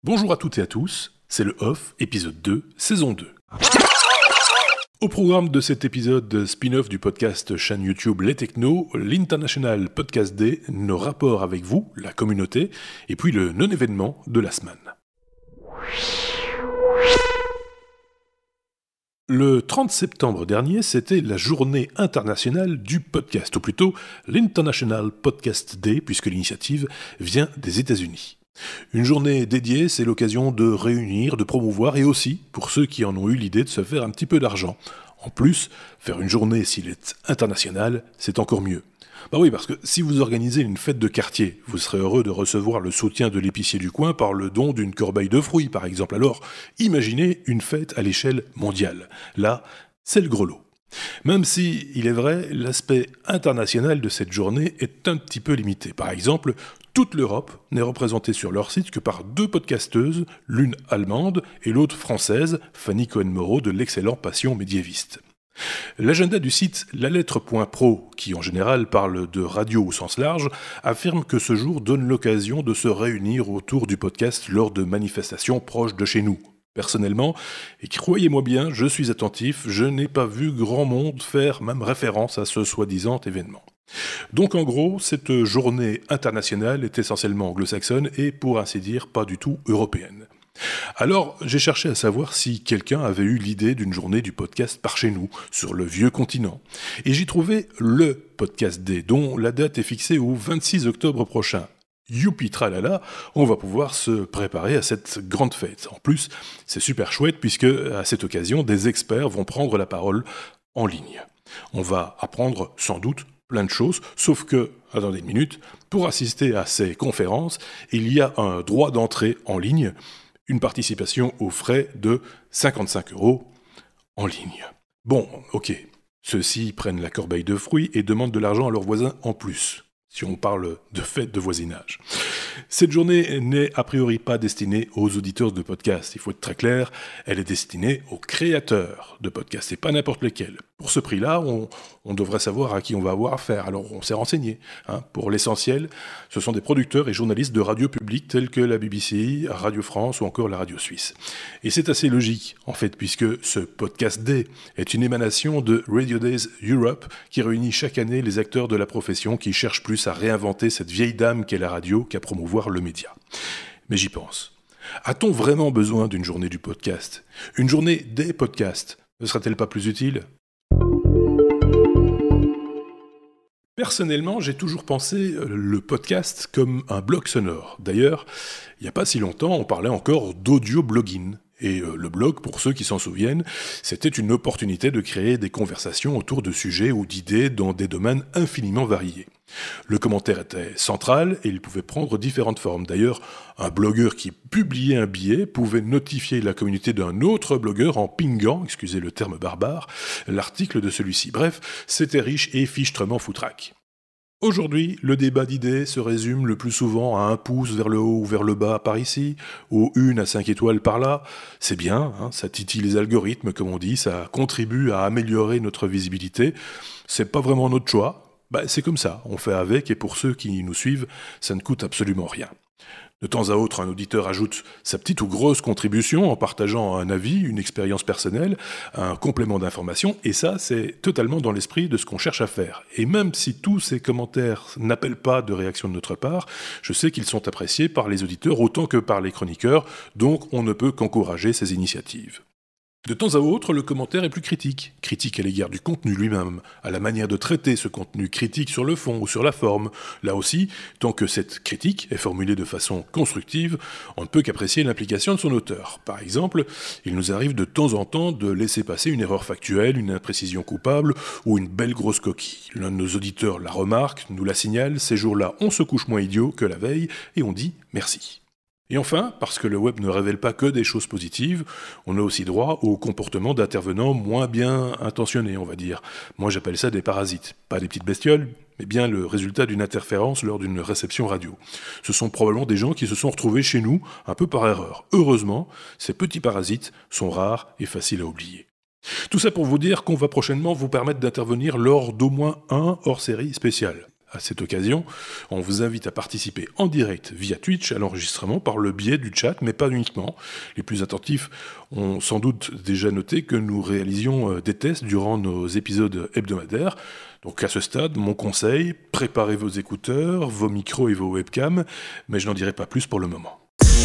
Bonjour à toutes et à tous, c'est le Off, épisode 2, saison 2. Au programme de cet épisode spin-off du podcast chaîne YouTube Les Technos, l'International Podcast Day, nos rapports avec vous, la communauté, et puis le non-événement de la semaine. Le 30 septembre dernier, c'était la journée internationale du podcast, ou plutôt l'International Podcast Day, puisque l'initiative vient des États-Unis. Une journée dédiée, c'est l'occasion de réunir, de promouvoir, et aussi, pour ceux qui en ont eu l'idée, de se faire un petit peu d'argent. En plus, faire une journée s'il est international, c'est encore mieux. Bah oui, parce que si vous organisez une fête de quartier, vous serez heureux de recevoir le soutien de l'épicier du coin par le don d'une corbeille de fruits, par exemple. Alors, imaginez une fête à l'échelle mondiale. Là, c'est le gros lot. Même si, il est vrai, l'aspect international de cette journée est un petit peu limité. Par exemple, toute l'Europe n'est représentée sur leur site que par 2 podcasteuses, l'une allemande et l'autre française, Fanny Cohen-Moreau de l'excellent Passion médiéviste. L'agenda du site lalettre.pro, qui en général parle de radio au sens large, affirme que ce jour donne l'occasion de se réunir autour du podcast lors de manifestations proches de chez nous. Personnellement, et croyez-moi bien, je suis attentif, je n'ai pas vu grand monde faire même référence à ce soi-disant événement. Donc en gros, cette journée internationale est essentiellement anglo-saxonne et pour ainsi dire pas du tout européenne. Alors, j'ai cherché à savoir si quelqu'un avait eu l'idée d'une journée du podcast par chez nous, sur le vieux continent. Et j'ai trouvé le Podcast Day, dont la date est fixée au 26 octobre prochain. Youpi tralala, on va pouvoir se préparer à cette grande fête. En plus, c'est super chouette puisque, à cette occasion, des experts vont prendre la parole en ligne. On va apprendre, sans doute, plein de choses, sauf que, attendez une minute, pour assister à ces conférences, il y a un droit d'entrée en ligne, une participation aux frais de 55 € en ligne. Bon, ok, ceux-ci prennent la corbeille de fruits et demandent de l'argent à leurs voisins en plus, si on parle de fête de voisinage. Cette journée n'est a priori pas destinée aux auditeurs de podcasts, il faut être très clair, elle est destinée aux créateurs de podcasts, et pas n'importe lesquels. Pour ce prix-là, on devrait savoir à qui on va avoir affaire, alors on s'est renseigné. Pour l'essentiel, ce sont des producteurs et journalistes de radio publique tels que la BBC, Radio France ou encore la radio suisse. Et c'est assez logique, en fait, puisque ce Podcast Day est une émanation de Radio Days Europe qui réunit chaque année les acteurs de la profession qui cherchent plus à réinventer cette vieille dame qu'est la radio qu'à promouvoir le média. Mais j'y pense. A-t-on vraiment besoin d'une journée du podcast ? Une journée des podcasts ne serait-elle pas plus utile ? Personnellement, j'ai toujours pensé le podcast comme un blog sonore. D'ailleurs, il n'y a pas si longtemps, on parlait encore d'audio-blogging. Et le blog, pour ceux qui s'en souviennent, c'était une opportunité de créer des conversations autour de sujets ou d'idées dans des domaines infiniment variés. Le commentaire était central et il pouvait prendre différentes formes. D'ailleurs, un blogueur qui publiait un billet pouvait notifier la communauté d'un autre blogueur en pingant, excusez le terme barbare, l'article de celui-ci. Bref, c'était riche et fichtrement foutraque. Aujourd'hui, le débat d'idées se résume le plus souvent à un pouce vers le haut ou vers le bas par ici, ou 1 à 5 étoiles par là. C'est bien, ça titille les algorithmes, comme on dit, ça contribue à améliorer notre visibilité. C'est pas vraiment notre choix, c'est comme ça, on fait avec, et pour ceux qui nous suivent, ça ne coûte absolument rien. De temps à autre, un auditeur ajoute sa petite ou grosse contribution en partageant un avis, une expérience personnelle, un complément d'information, et ça, c'est totalement dans l'esprit de ce qu'on cherche à faire. Et même si tous ces commentaires n'appellent pas de réaction de notre part, je sais qu'ils sont appréciés par les auditeurs autant que par les chroniqueurs, donc on ne peut qu'encourager ces initiatives. De temps à autre, le commentaire est plus critique. Critique à l'égard du contenu lui-même, à la manière de traiter ce contenu, critique sur le fond ou sur la forme. Là aussi, tant que cette critique est formulée de façon constructive, on ne peut qu'apprécier l'implication de son auteur. Par exemple, il nous arrive de temps en temps de laisser passer une erreur factuelle, une imprécision coupable ou une belle grosse coquille. L'un de nos auditeurs la remarque, nous la signale, ces jours-là on se couche moins idiot que la veille et on dit merci. Et enfin, parce que le web ne révèle pas que des choses positives, on a aussi droit au comportement d'intervenants moins bien intentionnés, on va dire. Moi j'appelle ça des parasites. Pas des petites bestioles, mais bien le résultat d'une interférence lors d'une réception radio. Ce sont probablement des gens qui se sont retrouvés chez nous, un peu par erreur. Heureusement, ces petits parasites sont rares et faciles à oublier. Tout ça pour vous dire qu'on va prochainement vous permettre d'intervenir lors d'au moins un hors-série spécial. À cette occasion, on vous invite à participer en direct via Twitch à l'enregistrement par le biais du chat, mais pas uniquement. Les plus attentifs ont sans doute déjà noté que nous réalisions des tests durant nos épisodes hebdomadaires. Donc à ce stade, mon conseil, préparez vos écouteurs, vos micros et vos webcams, mais je n'en dirai pas plus pour le moment.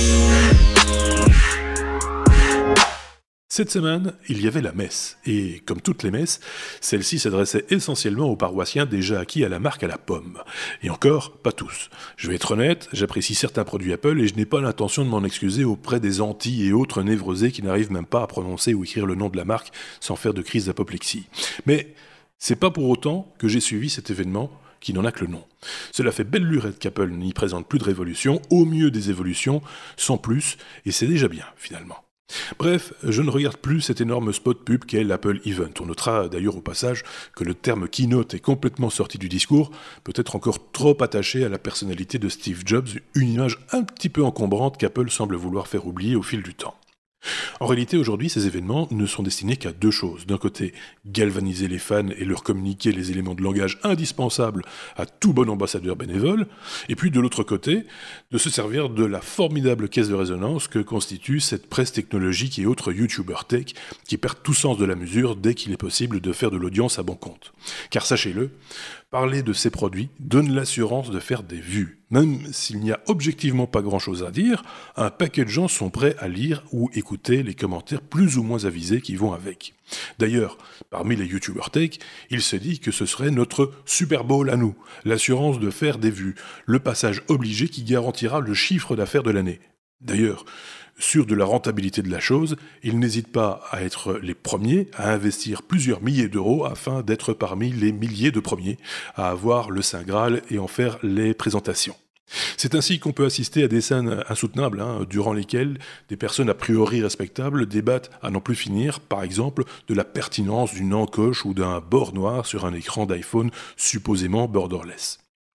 Cette semaine, il y avait la messe, et comme toutes les messes, celle-ci s'adressait essentiellement aux paroissiens déjà acquis à la marque à la pomme. Et encore, pas tous. Je vais être honnête, j'apprécie certains produits Apple et je n'ai pas l'intention de m'en excuser auprès des anti et autres névrosés qui n'arrivent même pas à prononcer ou écrire le nom de la marque sans faire de crise d'apoplexie. Mais c'est pas pour autant que j'ai suivi cet événement qui n'en a que le nom. Cela fait belle lurette qu'Apple n'y présente plus de révolution, au mieux des évolutions, sans plus, et c'est déjà bien, finalement. Bref, je ne regarde plus cet énorme spot pub qu'est l'Apple Event. On notera d'ailleurs au passage que le terme keynote est complètement sorti du discours, peut-être encore trop attaché à la personnalité de Steve Jobs, une image un petit peu encombrante qu'Apple semble vouloir faire oublier au fil du temps. En réalité, aujourd'hui, ces événements ne sont destinés qu'à deux choses. D'un côté, galvaniser les fans et leur communiquer les éléments de langage indispensables à tout bon ambassadeur bénévole, et puis de l'autre côté, de se servir de la formidable caisse de résonance que constitue cette presse technologique et autres youtubeurs tech qui perdent tout sens de la mesure dès qu'il est possible de faire de l'audience à bon compte. Car sachez-le, parler de ces produits donne l'assurance de faire des vues. Même s'il n'y a objectivement pas grand-chose à dire, un paquet de gens sont prêts à lire ou écouter les commentaires plus ou moins avisés qui vont avec. D'ailleurs, parmi les youtubeurs tech, il se dit que ce serait notre Super Bowl à nous, l'assurance de faire des vues, le passage obligé qui garantira le chiffre d'affaires de l'année. D'ailleurs, sûr de la rentabilité de la chose, ils n'hésitent pas à être les premiers à investir plusieurs milliers d'euros afin d'être parmi les milliers de premiers à avoir le Saint Graal et en faire les présentations. C'est ainsi qu'on peut assister à des scènes insoutenables, durant lesquelles des personnes a priori respectables débattent à n'en plus finir, par exemple, de la pertinence d'une encoche ou d'un bord noir sur un écran d'iPhone supposément borderless.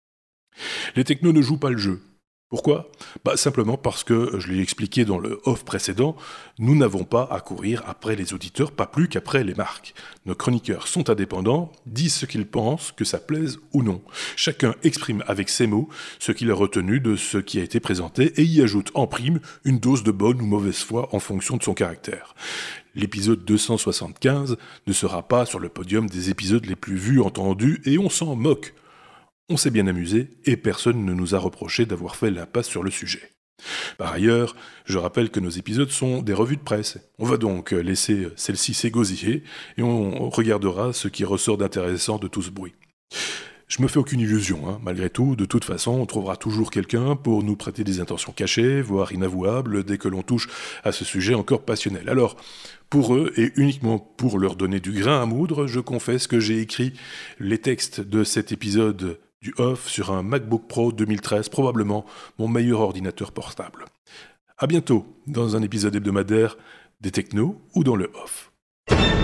Les technos ne jouent pas le jeu. Pourquoi ? Simplement parce que, je l'ai expliqué dans le off précédent, nous n'avons pas à courir après les auditeurs, pas plus qu'après les marques. Nos chroniqueurs sont indépendants, disent ce qu'ils pensent, que ça plaise ou non. Chacun exprime avec ses mots ce qu'il a retenu de ce qui a été présenté et y ajoute en prime une dose de bonne ou mauvaise foi en fonction de son caractère. L'épisode 275 ne sera pas sur le podium des épisodes les plus vus, entendus, et on s'en moque. On s'est bien amusé et personne ne nous a reproché d'avoir fait l'impasse sur le sujet. Par ailleurs, je rappelle que nos épisodes sont des revues de presse. On va donc laisser celle-ci s'égosiller et on regardera ce qui ressort d'intéressant de tout ce bruit. Je me fais aucune illusion, malgré tout, de toute façon, on trouvera toujours quelqu'un pour nous prêter des intentions cachées, voire inavouables, dès que l'on touche à ce sujet encore passionnel. Alors, pour eux, et uniquement pour leur donner du grain à moudre, je confesse que j'ai écrit les textes de cet épisode du off sur un MacBook Pro 2013, probablement mon meilleur ordinateur portable. À bientôt dans un épisode hebdomadaire des Technos ou dans le off.